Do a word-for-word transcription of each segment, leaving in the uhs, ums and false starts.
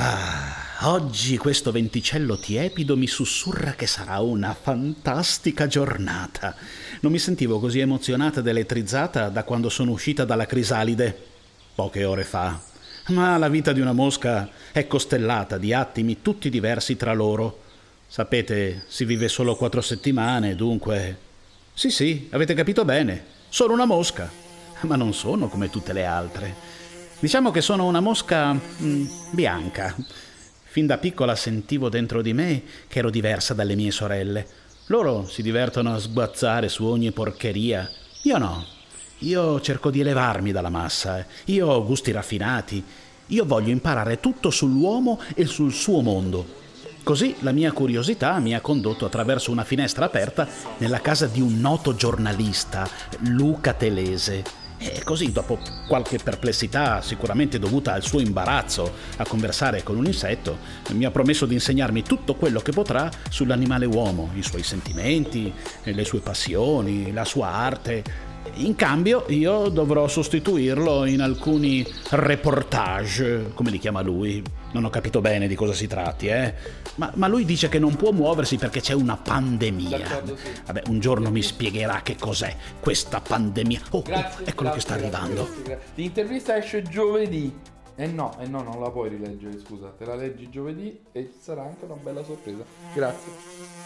Ah, oggi questo venticello tiepido mi sussurra che sarà una fantastica giornata. Non mi sentivo così emozionata ed elettrizzata da quando sono uscita dalla crisalide, poche ore fa. Ma la vita di una mosca è costellata di attimi tutti diversi tra loro. Sapete, si vive solo quattro settimane, dunque... Sì, sì, avete capito bene, sono una mosca, ma non sono come tutte le altre. Diciamo che sono una mosca mh, bianca. Fin da piccola sentivo dentro di me che ero diversa dalle mie sorelle. Loro si divertono a sguazzare su ogni porcheria. Io no. Io cerco di elevarmi dalla massa. Io ho gusti raffinati. Io voglio imparare tutto sull'uomo e sul suo mondo. Così la mia curiosità mi ha condotto attraverso una finestra aperta nella casa di un noto giornalista, Luca Telese. E così, dopo qualche perplessità, sicuramente dovuta al suo imbarazzo a conversare con un insetto, mi ha promesso di insegnarmi tutto quello che potrà sull'animale uomo, i suoi sentimenti, le sue passioni, la sua arte. In cambio io dovrò sostituirlo in alcuni reportage, come li chiama lui. Non ho capito bene di cosa si tratti, eh? Ma, ma lui dice che non può muoversi perché c'è una pandemia. Vabbè, un giorno mi spiegherà che cos'è questa pandemia. Oh, grazie, oh eccolo grazie, che sta grazie, arrivando. Grazie, grazie. L'intervista esce giovedì. Eh no, eh no, non la puoi rileggere, scusa. Te la leggi giovedì e ci sarà anche una bella sorpresa. Grazie.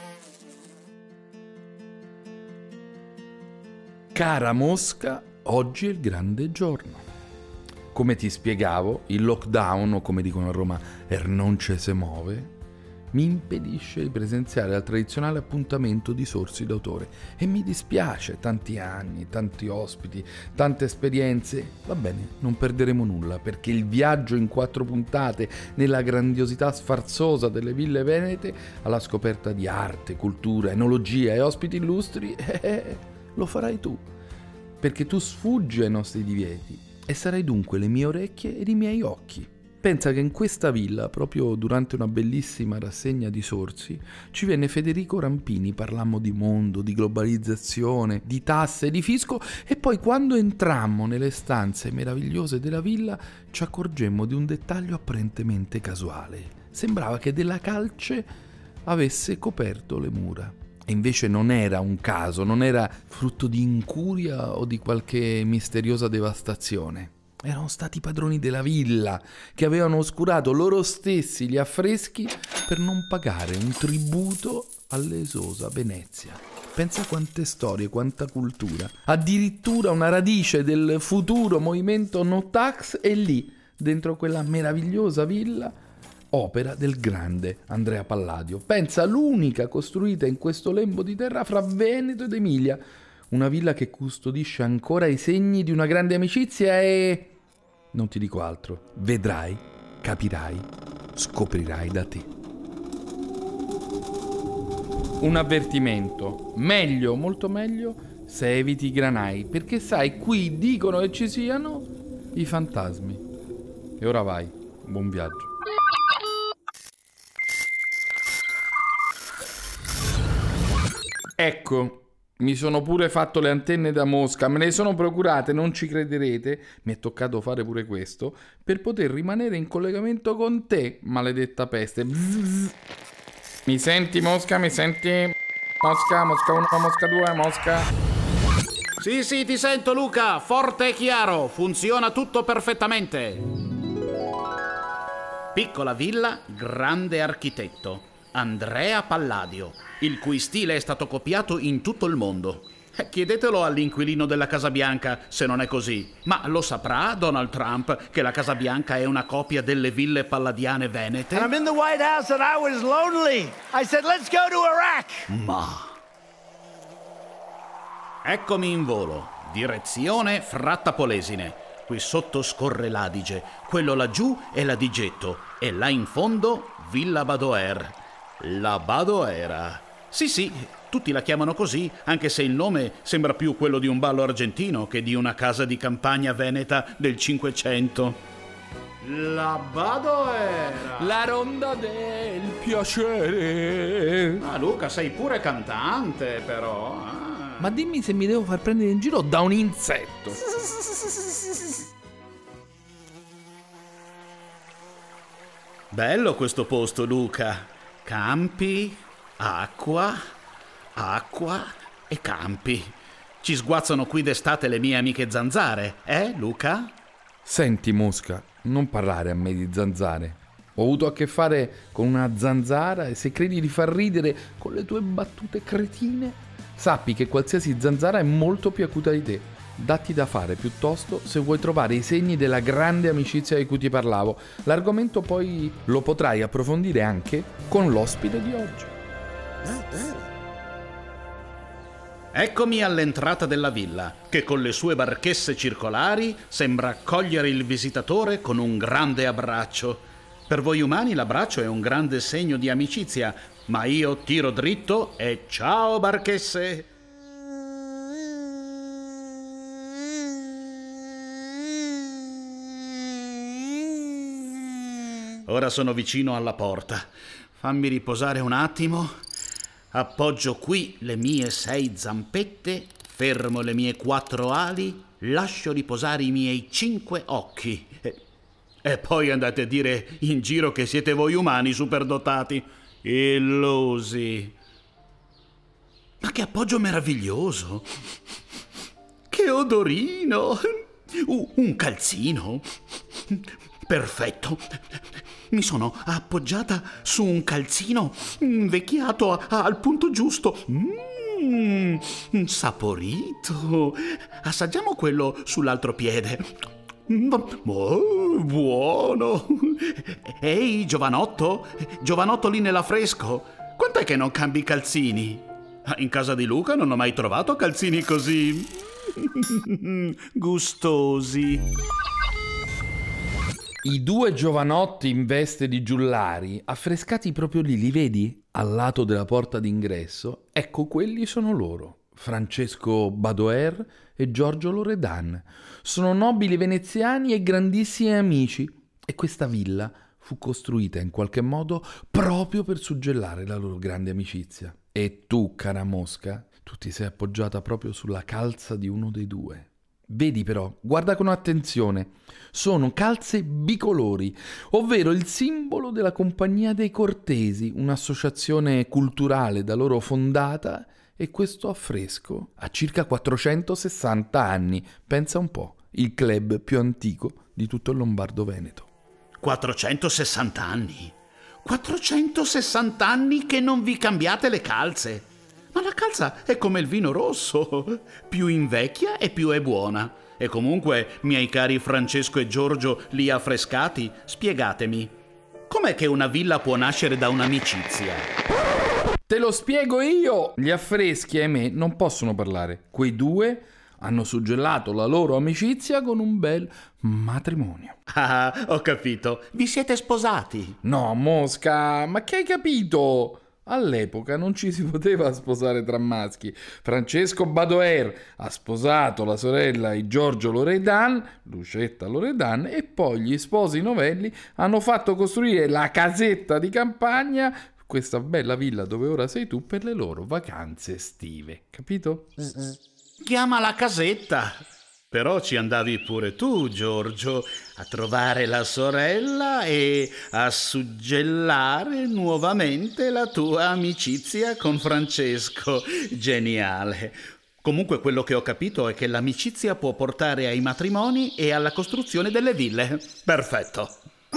Cara mosca, oggi è il grande giorno. Come ti spiegavo, il lockdown, o come dicono a Roma, er non ce se muove, mi impedisce di presenziare al tradizionale appuntamento di Sorsi d'autore. E mi dispiace, tanti anni, tanti ospiti, tante esperienze. Va bene, non perderemo nulla, perché il viaggio in quattro puntate nella grandiosità sfarzosa delle ville venete, alla scoperta di arte, cultura, enologia e ospiti illustri, eh, lo farai tu, perché tu sfuggi ai nostri divieti e sarai dunque le mie orecchie ed i miei occhi. Pensa che in questa villa, proprio durante una bellissima rassegna di Sorsi, ci venne Federico Rampini, parlammo di mondo, di globalizzazione, di tasse, di fisco, e poi quando entrammo nelle stanze meravigliose della villa ci accorgemmo di un dettaglio apparentemente casuale. Sembrava che della calce avesse coperto le mura. E invece non era un caso, non era frutto di incuria o di qualche misteriosa devastazione. Erano stati i padroni della villa che avevano oscurato loro stessi gli affreschi per non pagare un tributo all'esosa Venezia. Pensa quante storie, quanta cultura. Addirittura una radice del futuro movimento No Tax è lì, dentro quella meravigliosa villa, opera del grande Andrea Palladio. Pensa, l'unica costruita in questo lembo di terra fra Veneto ed Emilia. Una villa che custodisce ancora i segni di una grande amicizia e... non ti dico altro. Vedrai, capirai, scoprirai da te. Un avvertimento. Meglio, molto meglio, se eviti i granai, perché sai, qui dicono che ci siano i fantasmi. E ora vai, buon viaggio. Ecco, mi sono pure fatto le antenne da mosca, me le sono procurate, non ci crederete, mi è toccato fare pure questo, per poter rimanere in collegamento con te, maledetta peste. Bzzz. Mi senti mosca, mi senti? Mosca, mosca uno, mosca due, mosca... Sì, sì, ti sento Luca, forte e chiaro, funziona tutto perfettamente. Piccola villa, grande architetto. Andrea Palladio, il cui stile è stato copiato in tutto il mondo. Chiedetelo all'inquilino della Casa Bianca se non è così. Ma lo saprà Donald Trump che la Casa Bianca è una copia delle ville palladiane venete? And I'm in the White House and I was lonely. I said, let's go to Iraq. Ma... Eccomi in volo. Direzione Fratta Polesine. Qui sotto scorre l'Adige. Quello laggiù è la Digetto. E là in fondo Villa Badoer. La Badoera. Sì, sì, tutti la chiamano così, anche se il nome sembra più quello di un ballo argentino che di una casa di campagna veneta del Cinquecento. La Badoera. La ronda del piacere. Ah, Luca, sei pure cantante, però. Ah. Ma dimmi se mi devo far prendere in giro da un insetto. Bello questo posto, Luca. Campi, acqua, acqua e campi. Ci sguazzano qui d'estate le mie amiche zanzare, eh, Luca? Senti, Mosca, non parlare a me di zanzare. Ho avuto a che fare con una zanzara e se credi di far ridere con le tue battute cretine, sappi che qualsiasi zanzara è molto più acuta di te. Datti da fare piuttosto se vuoi trovare i segni della grande amicizia di cui ti parlavo. L'argomento poi lo potrai approfondire anche con l'ospite di oggi. Eccomi all'entrata della villa, che con le sue barchesse circolari sembra accogliere il visitatore con un grande abbraccio. Per voi umani l'abbraccio è un grande segno di amicizia, ma io tiro dritto e ciao barchesse! Ora sono vicino alla porta. Fammi riposare un attimo. Appoggio qui le mie sei zampette, fermo le mie quattro ali, lascio riposare i miei cinque occhi. E, e poi andate a dire in giro che siete voi umani superdotati. Illusi. Ma che appoggio meraviglioso! Che odorino! Uh, un calzino! Perfetto! Mi sono appoggiata su un calzino invecchiato a, a, al punto giusto. Mmm, saporito. Assaggiamo quello sull'altro piede. Oh, buono. Ehi, giovanotto, giovanotto lì nell'affresco, quant'è che non cambi i calzini? In casa di Luca non ho mai trovato calzini così gustosi. I due giovanotti in veste di giullari, affrescati proprio lì, li vedi? Al lato della porta d'ingresso, ecco quelli sono loro, Francesco Badoer e Giorgio Loredan. Sono nobili veneziani e grandissimi amici e questa villa fu costruita in qualche modo proprio per suggellare la loro grande amicizia. E tu, cara Mosca, tu ti sei appoggiata proprio sulla calza di uno dei due. Vedi però, guarda con attenzione, sono calze bicolori, ovvero il simbolo della Compagnia dei Cortesi, un'associazione culturale da loro fondata, e questo affresco ha circa quattrocentosessanta anni, pensa un po', il club più antico di tutto il Lombardo-Veneto. quattrocentosessanta anni? quattrocentosessanta anni che non vi cambiate le calze? Ma la calza è come il vino rosso, più invecchia e più è buona. E comunque, miei cari Francesco e Giorgio lì affrescati, spiegatemi, com'è che una villa può nascere da un'amicizia? Te lo spiego io! Gli affreschi, ahimè, non possono parlare. Quei due hanno suggellato la loro amicizia con un bel matrimonio. Ah, ho capito. Vi siete sposati? No, Mosca, ma che hai capito? All'epoca non ci si poteva sposare tra maschi. Francesco Badoer ha sposato la sorella di Giorgio Loredan, Lucetta Loredan, e poi gli sposi novelli hanno fatto costruire la casetta di campagna, questa bella villa dove ora sei tu, per le loro vacanze estive. Capito? Chiama la casetta. Però ci andavi pure tu, Giorgio, a trovare la sorella e a suggellare nuovamente la tua amicizia con Francesco. Geniale. Comunque quello che ho capito è che l'amicizia può portare ai matrimoni e alla costruzione delle ville. Perfetto.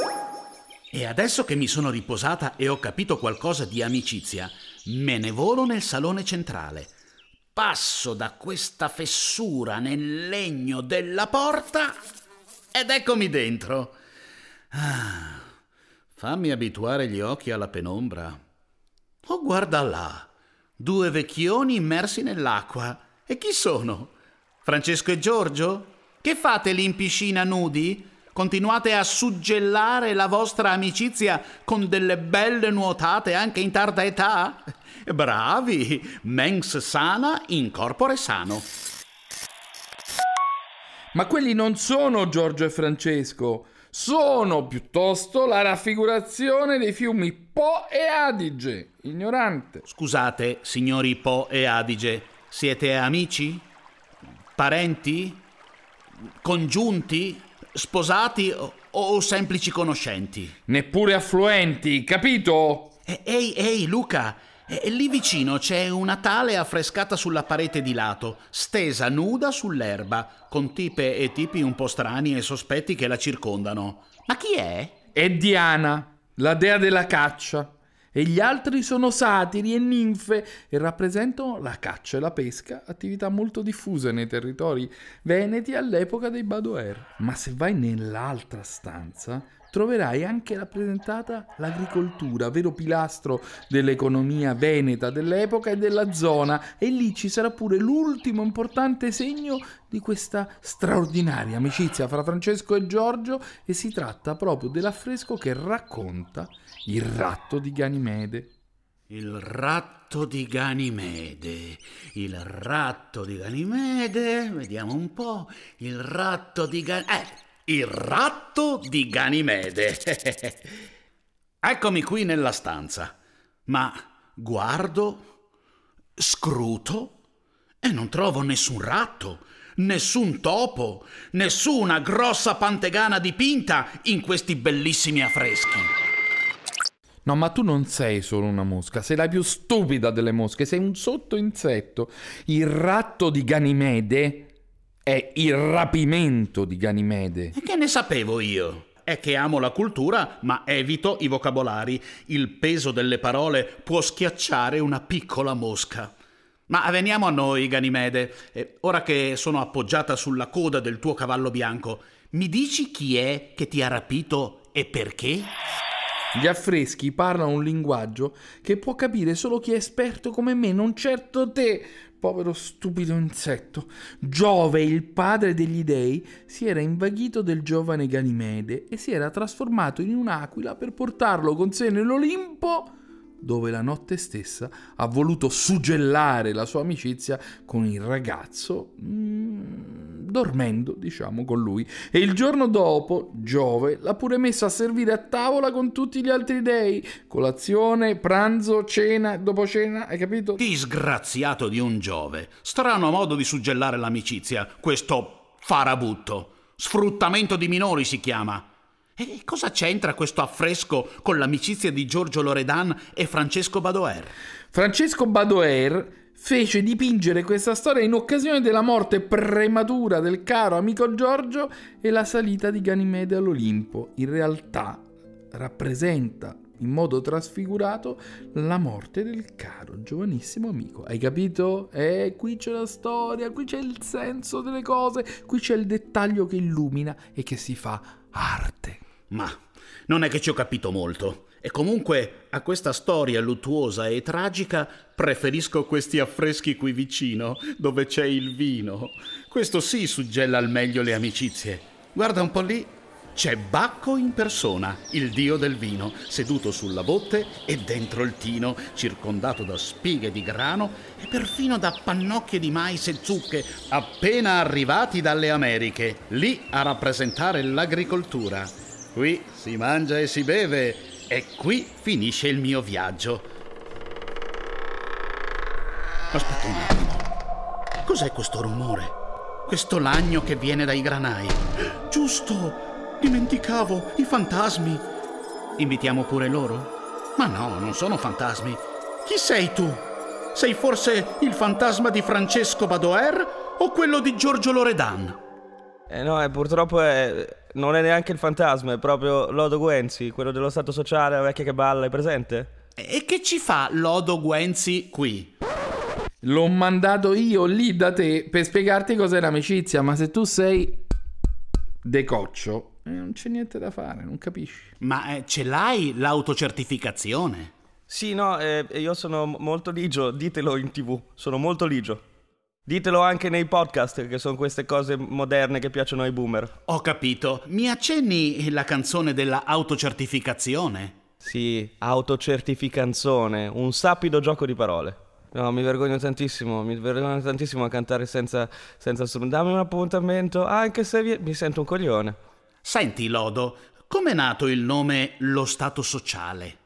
E adesso che mi sono riposata e ho capito qualcosa di amicizia, me ne volo nel salone centrale. Passo da questa fessura nel legno della porta ed eccomi dentro. Ah, fammi abituare gli occhi alla penombra. Oh, guarda là, due vecchioni immersi nell'acqua. E chi sono? Francesco e Giorgio? Che fate lì in piscina nudi? Continuate a suggellare la vostra amicizia con delle belle nuotate anche in tarda età? Bravi! Mens sana in corpore sano. Ma quelli non sono Giorgio e Francesco, sono piuttosto la raffigurazione dei fiumi Po e Adige. Ignorante. Scusate, signori Po e Adige, siete amici? Parenti? Congiunti? Sposati o semplici conoscenti? Neppure affluenti, capito? E- ehi, ehi, Luca, e- e lì vicino c'è una tale affrescata sulla parete di lato, stesa nuda sull'erba, con tipe e tipi un po' strani e sospetti che la circondano. Ma chi è? È Diana, la dea della caccia. E gli altri sono satiri e ninfe e rappresentano la caccia e la pesca, attività molto diffuse nei territori veneti all'epoca dei Badoer. Ma se vai nell'altra stanza troverai anche rappresentata l'agricoltura, vero pilastro dell'economia veneta dell'epoca e della zona, e lì ci sarà pure l'ultimo importante segno di questa straordinaria amicizia fra Francesco e Giorgio, e si tratta proprio dell'affresco che racconta il ratto di Ganimede. Il ratto di Ganimede, il ratto di Ganimede, vediamo un po', il ratto di Ganimede, eh, il ratto di Ganimede. Eccomi qui nella stanza, ma guardo, scruto e non trovo nessun ratto, nessun topo, nessuna grossa pantegana dipinta in questi bellissimi affreschi. No, ma tu non sei solo una mosca, sei la più stupida delle mosche, sei un sottoinsetto. Il ratto di Ganimede è il rapimento di Ganimede. E che ne sapevo io? È che amo la cultura, ma evito i vocabolari. Il peso delle parole può schiacciare una piccola mosca. Ma veniamo a noi, Ganimede. Eh, ora che sono appoggiata sulla coda del tuo cavallo bianco, mi dici chi è che ti ha rapito e perché? Gli affreschi parlano un linguaggio che può capire solo chi è esperto come me, non certo te, povero stupido insetto. Giove, il padre degli dei, si era invaghito del giovane Ganimede e si era trasformato in un'aquila per portarlo con sé nell'Olimpo, dove la notte stessa ha voluto suggellare la sua amicizia con il ragazzo, mm, dormendo, diciamo, con lui. E il giorno dopo Giove l'ha pure messo a servire a tavola con tutti gli altri dei. Colazione, pranzo, cena, dopo cena, hai capito? Disgraziato di un Giove. Strano modo di suggellare l'amicizia, questo farabutto. Sfruttamento di minori si chiama. E cosa c'entra questo affresco con l'amicizia di Giorgio Loredan e Francesco Badoer? Francesco Badoer fece dipingere questa storia in occasione della morte prematura del caro amico Giorgio e la salita di Ganimede all'Olimpo. In realtà rappresenta in modo trasfigurato la morte del caro giovanissimo amico. Hai capito? Eh, qui c'è la storia, qui c'è il senso delle cose, qui c'è il dettaglio che illumina e che si fa arte. Ma non è che ci ho capito molto. E comunque a questa storia luttuosa e tragica preferisco questi affreschi qui vicino, dove c'è il vino. Questo sì suggella al meglio le amicizie. Guarda un po' lì, c'è Bacco in persona, il dio del vino, seduto sulla botte e dentro il tino, circondato da spighe di grano e perfino da pannocchie di mais e zucche, appena arrivati dalle Americhe, lì a rappresentare l'agricoltura. Qui si mangia e si beve, e qui finisce il mio viaggio. Aspetta un attimo. Cos'è questo rumore? Questo lagno che viene dai granai. Giusto! Dimenticavo, i fantasmi. Invitiamo pure loro? Ma no, non sono fantasmi. Chi sei tu? Sei forse il fantasma di Francesco Badoer o quello di Giorgio Loredan? Eh no, eh, purtroppo è... non è neanche il fantasma, è proprio Lodo Guenzi, quello dello stato sociale, la vecchia che balla, hai presente? E che ci fa Lodo Guenzi qui? L'ho mandato io lì da te per spiegarti cos'è l'amicizia, ma se tu sei decoccio, eh, non c'è niente da fare, non capisci. Ma eh, ce l'hai l'autocertificazione? Sì, no, eh, io sono molto ligio, ditelo in tv, sono molto ligio. Ditelo anche nei podcast, che sono queste cose moderne che piacciono ai boomer. Ho capito. Mi accenni la canzone della autocertificazione? Sì, autocertificanzone, un sapido gioco di parole. No, mi vergogno tantissimo, mi vergogno tantissimo a cantare senza, senza strumento. Dammi un appuntamento, anche se vi... mi sento un coglione. Senti, Lodo, com'è nato il nome Lo Stato Sociale?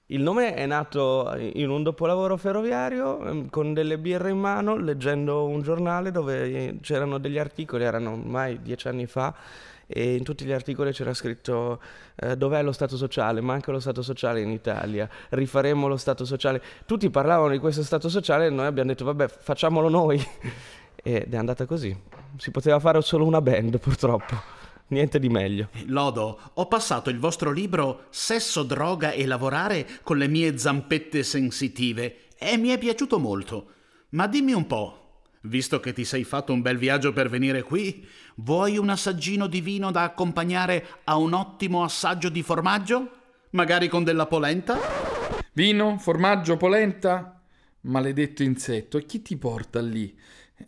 Il nome è nato in un dopolavoro ferroviario con delle birre in mano, leggendo un giornale dove c'erano degli articoli, erano ormai dieci anni fa, e in tutti gli articoli c'era scritto eh, dov'è lo Stato sociale, manca lo Stato sociale in Italia, rifaremo lo Stato sociale. Tutti parlavano di questo Stato sociale e noi abbiamo detto vabbè, facciamolo noi. Ed è andata così. Si poteva fare solo una band, purtroppo. Niente di meglio. Lodo, ho passato il vostro libro Sesso, droga e lavorare con le mie zampette sensitive e mi è piaciuto molto. Ma dimmi un po', visto che ti sei fatto un bel viaggio per venire qui, vuoi un assaggino di vino da accompagnare a un ottimo assaggio di formaggio? Magari con della polenta? Vino, formaggio, polenta? Maledetto insetto, e chi ti porta lì?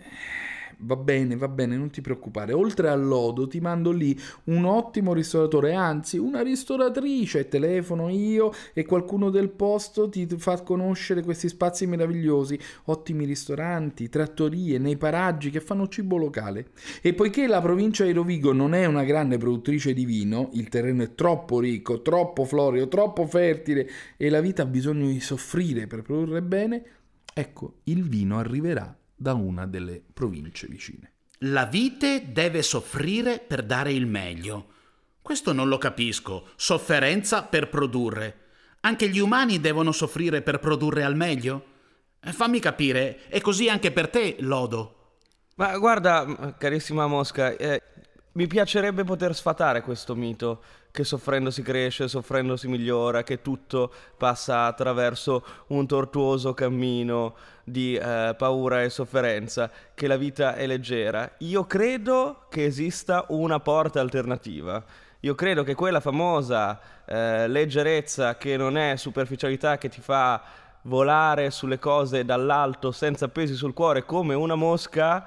Va bene, va bene, non ti preoccupare. Oltre al lodo ti mando lì un ottimo ristoratore, anzi una ristoratrice. Telefono io e qualcuno del posto ti fa conoscere questi spazi meravigliosi, ottimi ristoranti, trattorie nei paraggi che fanno cibo locale. E poiché la provincia di Rovigo non è una grande produttrice di vino, il terreno è troppo ricco, troppo florido, troppo fertile e la vita ha bisogno di soffrire per produrre bene, ecco, il vino arriverà da una delle province vicine. La vite deve soffrire per dare il meglio. Questo non lo capisco. Sofferenza per produrre. Anche gli umani devono soffrire per produrre al meglio? Fammi capire, è così anche per te, Lodo? Ma guarda, carissima Mosca, eh, mi piacerebbe poter sfatare questo mito, che soffrendo si cresce, soffrendo si migliora, che tutto passa attraverso un tortuoso cammino di eh, paura e sofferenza, che la vita è leggera. Io credo che esista una porta alternativa. Io credo che quella famosa eh, leggerezza, che non è superficialità, che ti fa volare sulle cose dall'alto senza pesi sul cuore come una mosca,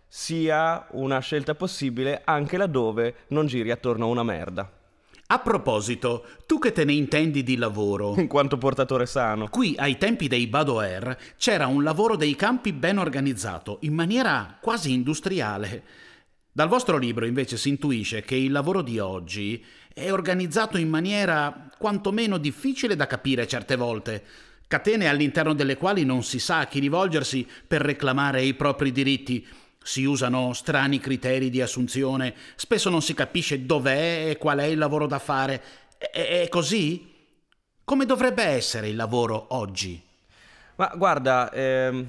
sia una scelta possibile anche laddove non giri attorno a una merda. A proposito, tu che te ne intendi di lavoro, In quanto portatore sano. qui ai tempi dei Badoer c'era un lavoro dei campi ben organizzato, in maniera quasi industriale. Dal vostro libro invece si intuisce che il lavoro di oggi è organizzato in maniera quantomeno difficile da capire certe volte. Catene all'interno delle quali non si sa a chi rivolgersi per reclamare i propri diritti. Si usano strani criteri di assunzione, spesso non si capisce dov'è e qual è il lavoro da fare. È, è così? Come dovrebbe essere il lavoro oggi? Ma guarda, ehm,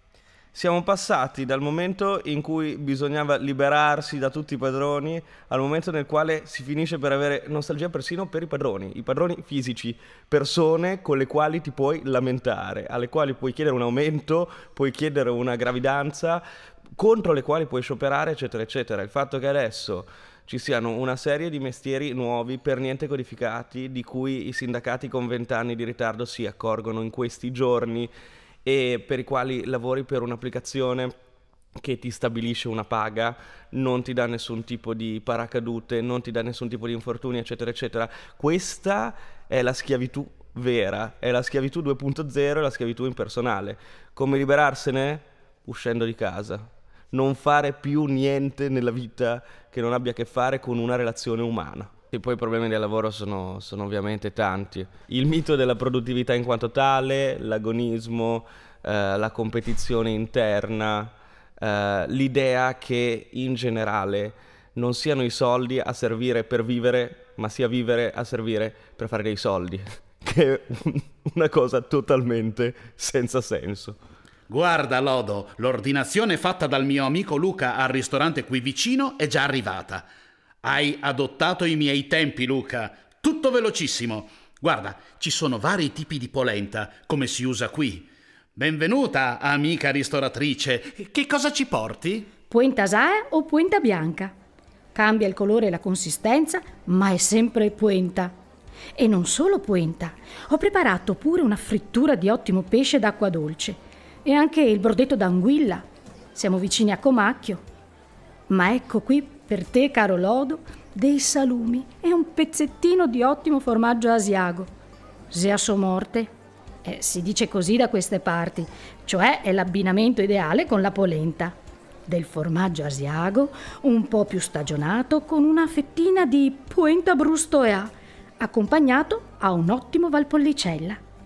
siamo passati dal momento in cui bisognava liberarsi da tutti i padroni al momento nel quale si finisce per avere nostalgia persino per i padroni, i padroni fisici, persone con le quali ti puoi lamentare, alle quali puoi chiedere un aumento, puoi chiedere una gravidanza, contro le quali puoi scioperare, eccetera, eccetera. Il fatto che adesso ci siano una serie di mestieri nuovi, per niente codificati, di cui i sindacati con vent'anni di ritardo si accorgono in questi giorni e per i quali lavori per un'applicazione che ti stabilisce una paga, non ti dà nessun tipo di paracadute, non ti dà nessun tipo di infortuni, eccetera, eccetera. Questa è la schiavitù vera, è la schiavitù due punto zero, è la schiavitù impersonale. Come liberarsene? Uscendo di casa. Non fare più niente nella vita che non abbia a che fare con una relazione umana. E poi i problemi del lavoro sono, sono ovviamente tanti. Il mito della produttività in quanto tale, l'agonismo, eh, la competizione interna, eh, l'idea che in generale non siano i soldi a servire per vivere, ma sia vivere a servire per fare dei soldi, che è una cosa totalmente senza senso. Guarda, Lodo, l'ordinazione fatta dal mio amico Luca al ristorante qui vicino è già arrivata. Hai adottato i miei tempi, Luca. Tutto velocissimo. Guarda, ci sono vari tipi di polenta, come si usa qui. Benvenuta, amica ristoratrice. Che cosa ci porti? Puenta asai o puenta bianca. Cambia il colore e la consistenza, ma è sempre puenta. E non solo puenta. Ho preparato pure una frittura di ottimo pesce d'acqua dolce. E anche il brodetto d'anguilla. Siamo vicini a Comacchio. Ma ecco qui per te, caro Lodo, dei salumi e un pezzettino di ottimo formaggio asiago. Sea so morte. Eh, si dice così da queste parti, cioè è l'abbinamento ideale con la polenta. Del formaggio asiago, un po' più stagionato, con una fettina di puenta brustoea, accompagnato a un ottimo valpollicella.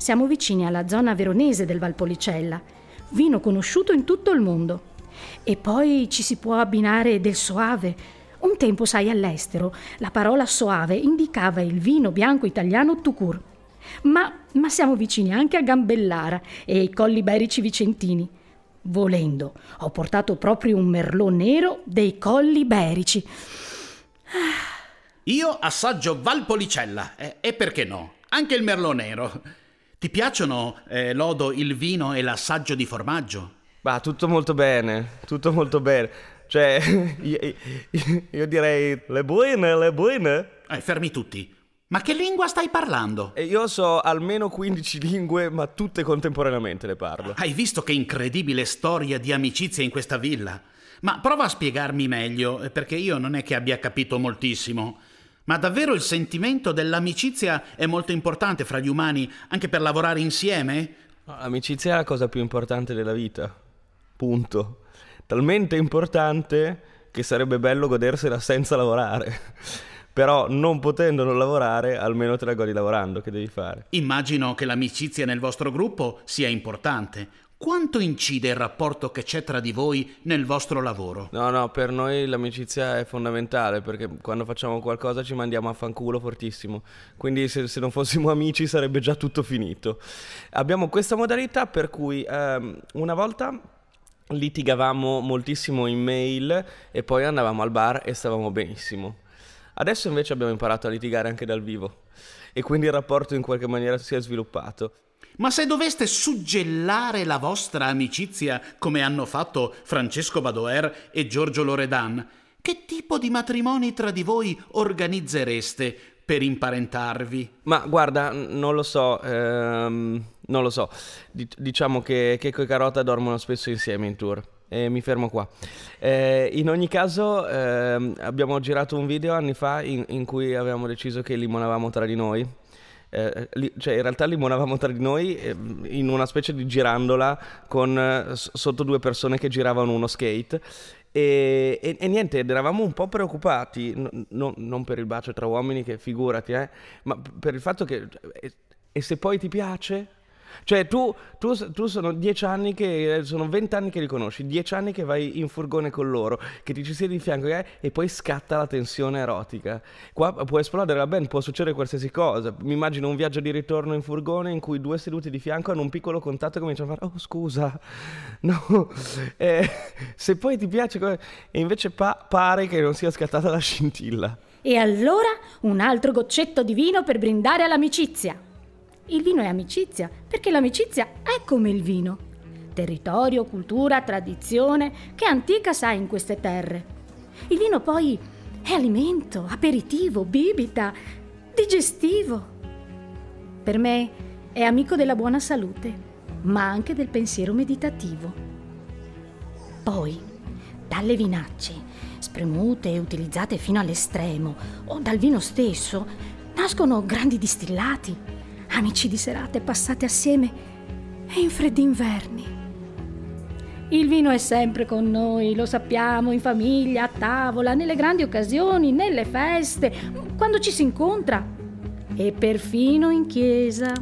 Siamo vicini alla zona veronese del Valpolicella, vino conosciuto in tutto il mondo. E poi ci si può abbinare del Soave. Un tempo, sai, all'estero la parola Soave indicava il vino bianco italiano tout court. Ma, ma siamo vicini anche a Gambellara e ai Colli Iberici vicentini. Volendo, ho portato proprio un merlot nero dei Colli Iberici. Io assaggio Valpolicella, eh, e perché no? Anche il merlot nero. Ti piacciono, eh, Lodo, il vino e l'assaggio di formaggio? Bah, tutto molto bene, tutto molto bene. Cioè, io, io direi le buone, le buone. Eh, fermi tutti. Ma che lingua stai parlando? E io so almeno quindici lingue, ma tutte contemporaneamente le parlo. Hai visto che incredibile storia di amicizia in questa villa? Ma prova a spiegarmi meglio, perché io non è che abbia capito moltissimo. Ma davvero il sentimento dell'amicizia è molto importante fra gli umani, anche per lavorare insieme? L'amicizia è la cosa più importante della vita. Punto. Talmente importante che sarebbe bello godersela senza lavorare. Però non potendo non lavorare, almeno te la godi lavorando, che devi fare? Immagino che l'amicizia nel vostro gruppo sia importante. Quanto incide il rapporto che c'è tra di voi nel vostro lavoro? No, no, per noi l'amicizia è fondamentale, perché quando facciamo qualcosa ci mandiamo a fanculo fortissimo. Quindi se, se non fossimo amici sarebbe già tutto finito. Abbiamo questa modalità per cui ehm, una volta litigavamo moltissimo in mail e poi andavamo al bar e stavamo benissimo. Adesso invece abbiamo imparato a litigare anche dal vivo e quindi il rapporto in qualche maniera si è sviluppato. Ma se doveste suggellare la vostra amicizia come hanno fatto Francesco Badoer e Giorgio Loredan, che tipo di matrimoni tra di voi organizzereste per imparentarvi? Ma guarda, non lo so, ehm, non lo so. Dic- diciamo che Checco e Carota dormono spesso insieme in tour. E mi fermo qua. Eh, in ogni caso ehm, abbiamo girato un video anni fa in, in cui avevamo deciso che limonavamo tra di noi. Eh, li, cioè in realtà limonavamo tra di noi eh, in una specie di girandola con eh, sotto due persone che giravano uno skate. E, e, e niente, eravamo un po' preoccupati, no, no, non per il bacio tra uomini, che figurati, eh, ma per il fatto che... E, e se poi ti piace? Cioè tu, tu, tu sono dieci anni che, sono vent'anni che li conosci, dieci anni che vai in furgone con loro, che ti ci siedi di fianco eh, e poi scatta la tensione erotica. Qua può esplodere la band, può succedere qualsiasi cosa. Mi immagino un viaggio di ritorno in furgone in cui due seduti di fianco hanno un piccolo contatto e cominciano a fare: oh scusa, no, eh, se poi ti piace... E invece pa- pare che non sia scattata la scintilla. E allora un altro goccetto di vino per brindare all'amicizia. Il vino è amicizia, perché l'amicizia è come il vino. Territorio, cultura, tradizione, che antica sai in queste terre. Il vino poi è alimento, aperitivo, bibita, digestivo. Per me è amico della buona salute, ma anche del pensiero meditativo. Poi, dalle vinacce, spremute e utilizzate fino all'estremo, o dal vino stesso, nascono grandi distillati, amici di serate passate assieme e in freddi inverni. Il vino è sempre con noi, lo sappiamo, in famiglia, a tavola, nelle grandi occasioni, nelle feste, quando ci si incontra e perfino in chiesa.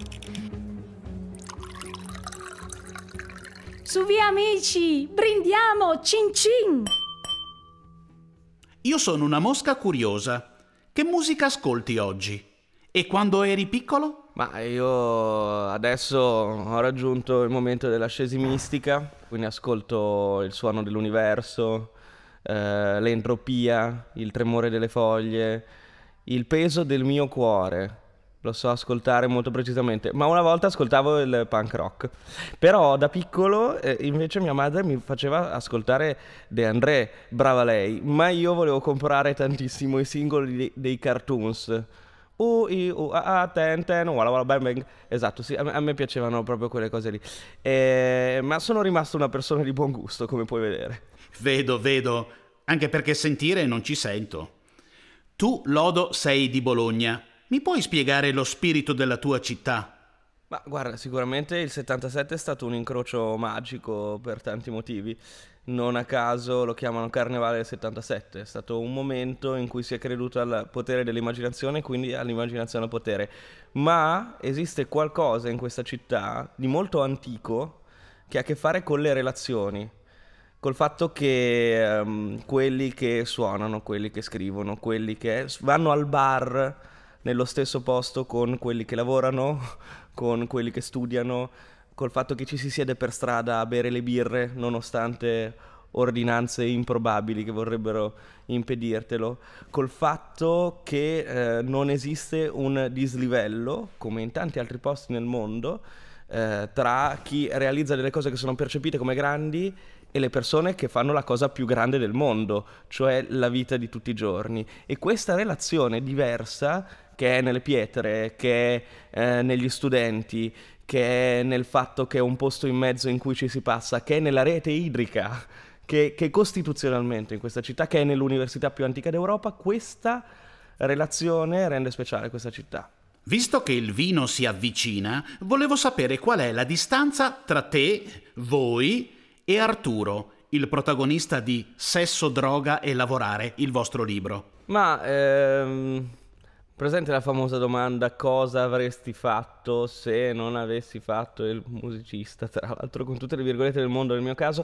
Su via amici, brindiamo, cin cin! Io sono una mosca curiosa. Che musica ascolti oggi? E quando eri piccolo? Ma io adesso ho raggiunto il momento della scesi mistica, quindi ascolto il suono dell'universo, eh, l'entropia, il tremore delle foglie, il peso del mio cuore. Lo so ascoltare molto precisamente, ma una volta ascoltavo il punk rock. Però da piccolo eh, invece mia madre mi faceva ascoltare De André, brava lei, ma io volevo comprare tantissimo i singoli dei, dei cartoons. U, I, U, A, A, ten, ten, walla walla bang bang. Esatto, sì, a me, a me piacevano proprio quelle cose lì. E, ma sono rimasto una persona di buon gusto, come puoi vedere. Vedo, vedo, anche perché sentire non ci sento. Tu, Lodo, sei di Bologna. Mi puoi spiegare lo spirito della tua città? Ma guarda, sicuramente il settantasette è stato un incrocio magico per tanti motivi. non a caso lo chiamano Carnevale del settantasette, è stato un momento in cui si è creduto al potere dell'immaginazione e quindi all'immaginazione al potere. Ma esiste qualcosa in questa città di molto antico che ha a che fare con le relazioni, col fatto che um, quelli che suonano, quelli che scrivono, quelli che vanno al bar nello stesso posto con quelli che lavorano, con quelli che studiano, col fatto che ci si siede per strada a bere le birre nonostante ordinanze improbabili che vorrebbero impedirtelo, col fatto che eh, non esiste un dislivello, come in tanti altri posti nel mondo, eh, tra chi realizza delle cose che sono percepite come grandi e le persone che fanno la cosa più grande del mondo, cioè la vita di tutti i giorni. E questa relazione diversa, che è nelle pietre, che è eh, negli studenti, che è nel fatto che è un posto in mezzo in cui ci si passa, che è nella rete idrica, che, che costituzionalmente in questa città, che è nell'università più antica d'Europa, questa relazione rende speciale questa città. Visto che il vino si avvicina, volevo sapere qual è la distanza tra te, voi e Arturo, il protagonista di Sesso, droga e lavorare, il vostro libro. Ma... Ehm... presente la famosa domanda cosa avresti fatto se non avessi fatto il musicista, tra l'altro con tutte le virgolette del mondo nel mio caso,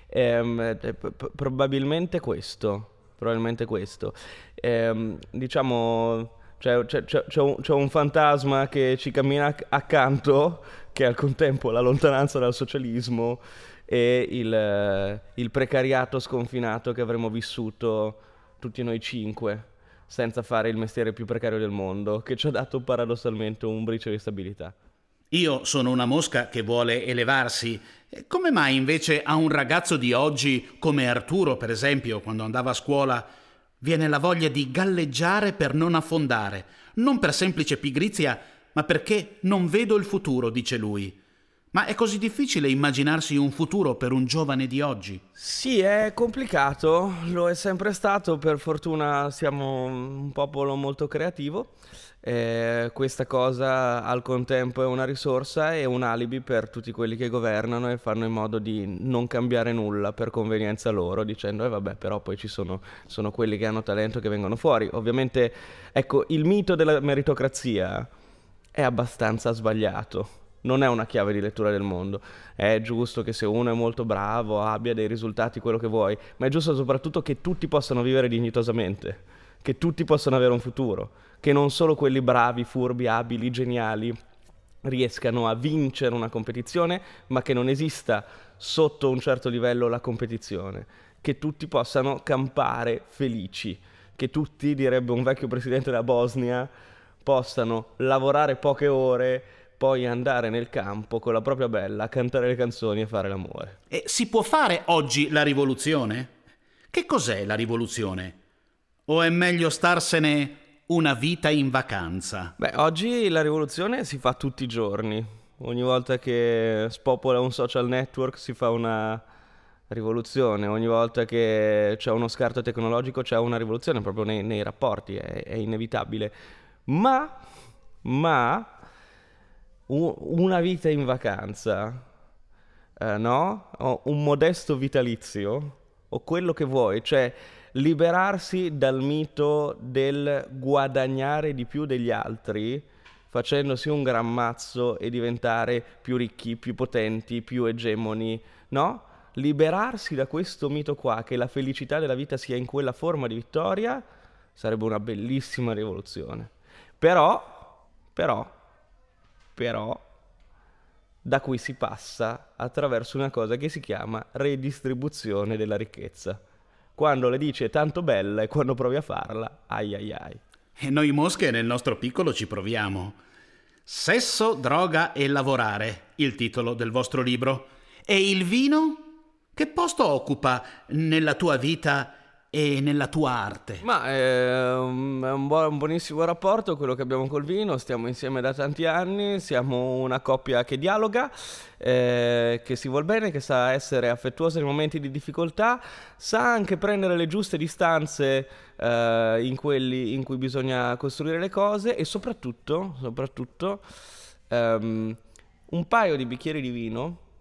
ehm, p- probabilmente questo, probabilmente questo. Ehm, diciamo, c'è, c'è, c'è, c'è, un, c'è un fantasma che ci cammina ac- accanto, che è al contempo la lontananza dal socialismo e il, il precariato sconfinato che avremmo vissuto tutti noi cinque, senza fare il mestiere più precario del mondo, che ci ha dato paradossalmente un briciolo di stabilità. Io sono una mosca che vuole elevarsi. Come mai invece a un ragazzo di oggi, come Arturo per esempio, quando andava a scuola, viene la voglia di galleggiare per non affondare? Non per semplice pigrizia, ma perché non vedo il futuro, dice lui. Ma è così difficile immaginarsi un futuro per un giovane di oggi? Sì, è complicato, lo è sempre stato, per fortuna siamo un popolo molto creativo, eh, questa cosa al contempo è una risorsa e un alibi per tutti quelli che governano e fanno in modo di non cambiare nulla per convenienza loro, dicendo eh vabbè, però poi ci sono, sono quelli che hanno talento che vengono fuori. Ovviamente, ecco, il mito della meritocrazia è abbastanza sbagliato. Non è una chiave di lettura del mondo. È giusto che se uno è molto bravo abbia dei risultati, quello che vuoi, ma è giusto soprattutto che tutti possano vivere dignitosamente, che tutti possano avere un futuro, che non solo quelli bravi, furbi, abili, geniali riescano a vincere una competizione, ma che non esista sotto un certo livello la competizione, che tutti possano campare felici, che tutti, direbbe un vecchio presidente della Bosnia, possano lavorare poche ore, poi andare nel campo con la propria bella a cantare le canzoni e fare l'amore. E si può fare oggi la rivoluzione? Che cos'è la rivoluzione? O è meglio starsene una vita in vacanza? Beh, oggi la rivoluzione si fa tutti i giorni. Ogni volta che spopola un social network si fa una rivoluzione. Ogni volta che c'è uno scarto tecnologico c'è una rivoluzione, proprio nei, nei rapporti, è, è inevitabile. Ma, ma... una vita in vacanza, eh, no? O un modesto vitalizio, o quello che vuoi, cioè liberarsi dal mito del guadagnare di più degli altri, facendosi un gran mazzo e diventare più ricchi, più potenti, più egemoni, no? Liberarsi da questo mito qua, che la felicità della vita sia in quella forma di vittoria, sarebbe una bellissima rivoluzione. Però, però, però, da cui si passa attraverso una cosa che si chiama redistribuzione della ricchezza. Quando le dici è tanto bella e quando provi a farla, ai ai ai. E noi mosche nel nostro piccolo ci proviamo. Sesso, droga e lavorare, il titolo del vostro libro. E il vino? Che posto occupa nella tua vita e nella tua arte? Ma è un, è un, buon, un buonissimo rapporto quello che abbiamo col vino, stiamo insieme da tanti anni, siamo una coppia che dialoga, eh, che si vuol bene, che sa essere affettuosa nei momenti di difficoltà, sa anche prendere le giuste distanze eh, in quelli in cui bisogna costruire le cose e soprattutto, soprattutto um, un paio di bicchieri di vino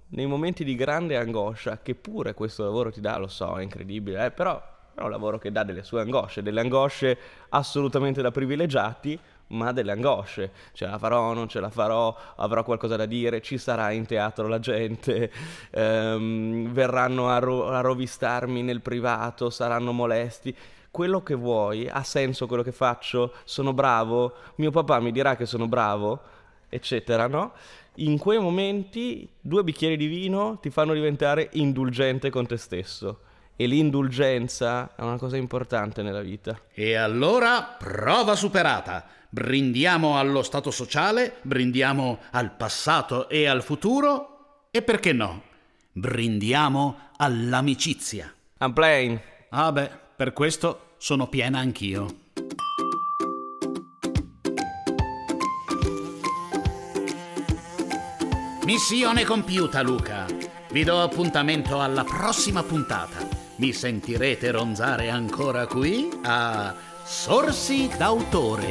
nei momenti di grande angoscia, che pure questo lavoro ti dà, lo so, è incredibile, eh, però è un lavoro che dà delle sue angosce, delle angosce assolutamente da privilegiati, ma delle angosce. Ce la farò, non ce la farò, avrò qualcosa da dire, ci sarà in teatro la gente, ehm, verranno a, ro- a rovistarmi nel privato, saranno molesti. Quello che vuoi, ha senso quello che faccio, sono bravo, mio papà mi dirà che sono bravo, eccetera, no? In quei momenti due bicchieri di vino ti fanno diventare indulgente con te stesso. E l'indulgenza è una cosa importante nella vita. E allora, prova superata. Brindiamo allo stato sociale, brindiamo al passato e al futuro, e perché no? Brindiamo all'amicizia. I'm playing. Ah beh, per questo sono piena anch'io. Missione compiuta, Luca. Vi do appuntamento alla prossima puntata. Mi sentirete ronzare ancora qui a Sorsi d'autore.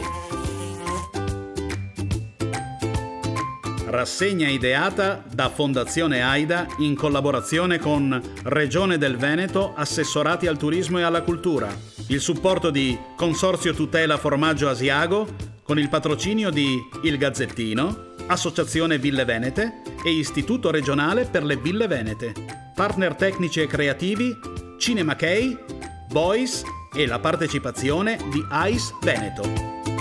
Rassegna ideata da Fondazione AIDA in collaborazione con Regione del Veneto, Assessorati al Turismo e alla Cultura. Il supporto di Consorzio Tutela Formaggio Asiago con il patrocinio di Il Gazzettino, Associazione Ville Venete e Istituto Regionale per le Ville Venete. Partner tecnici e creativi Cinema Key, Boys e la partecipazione di Ice Veneto.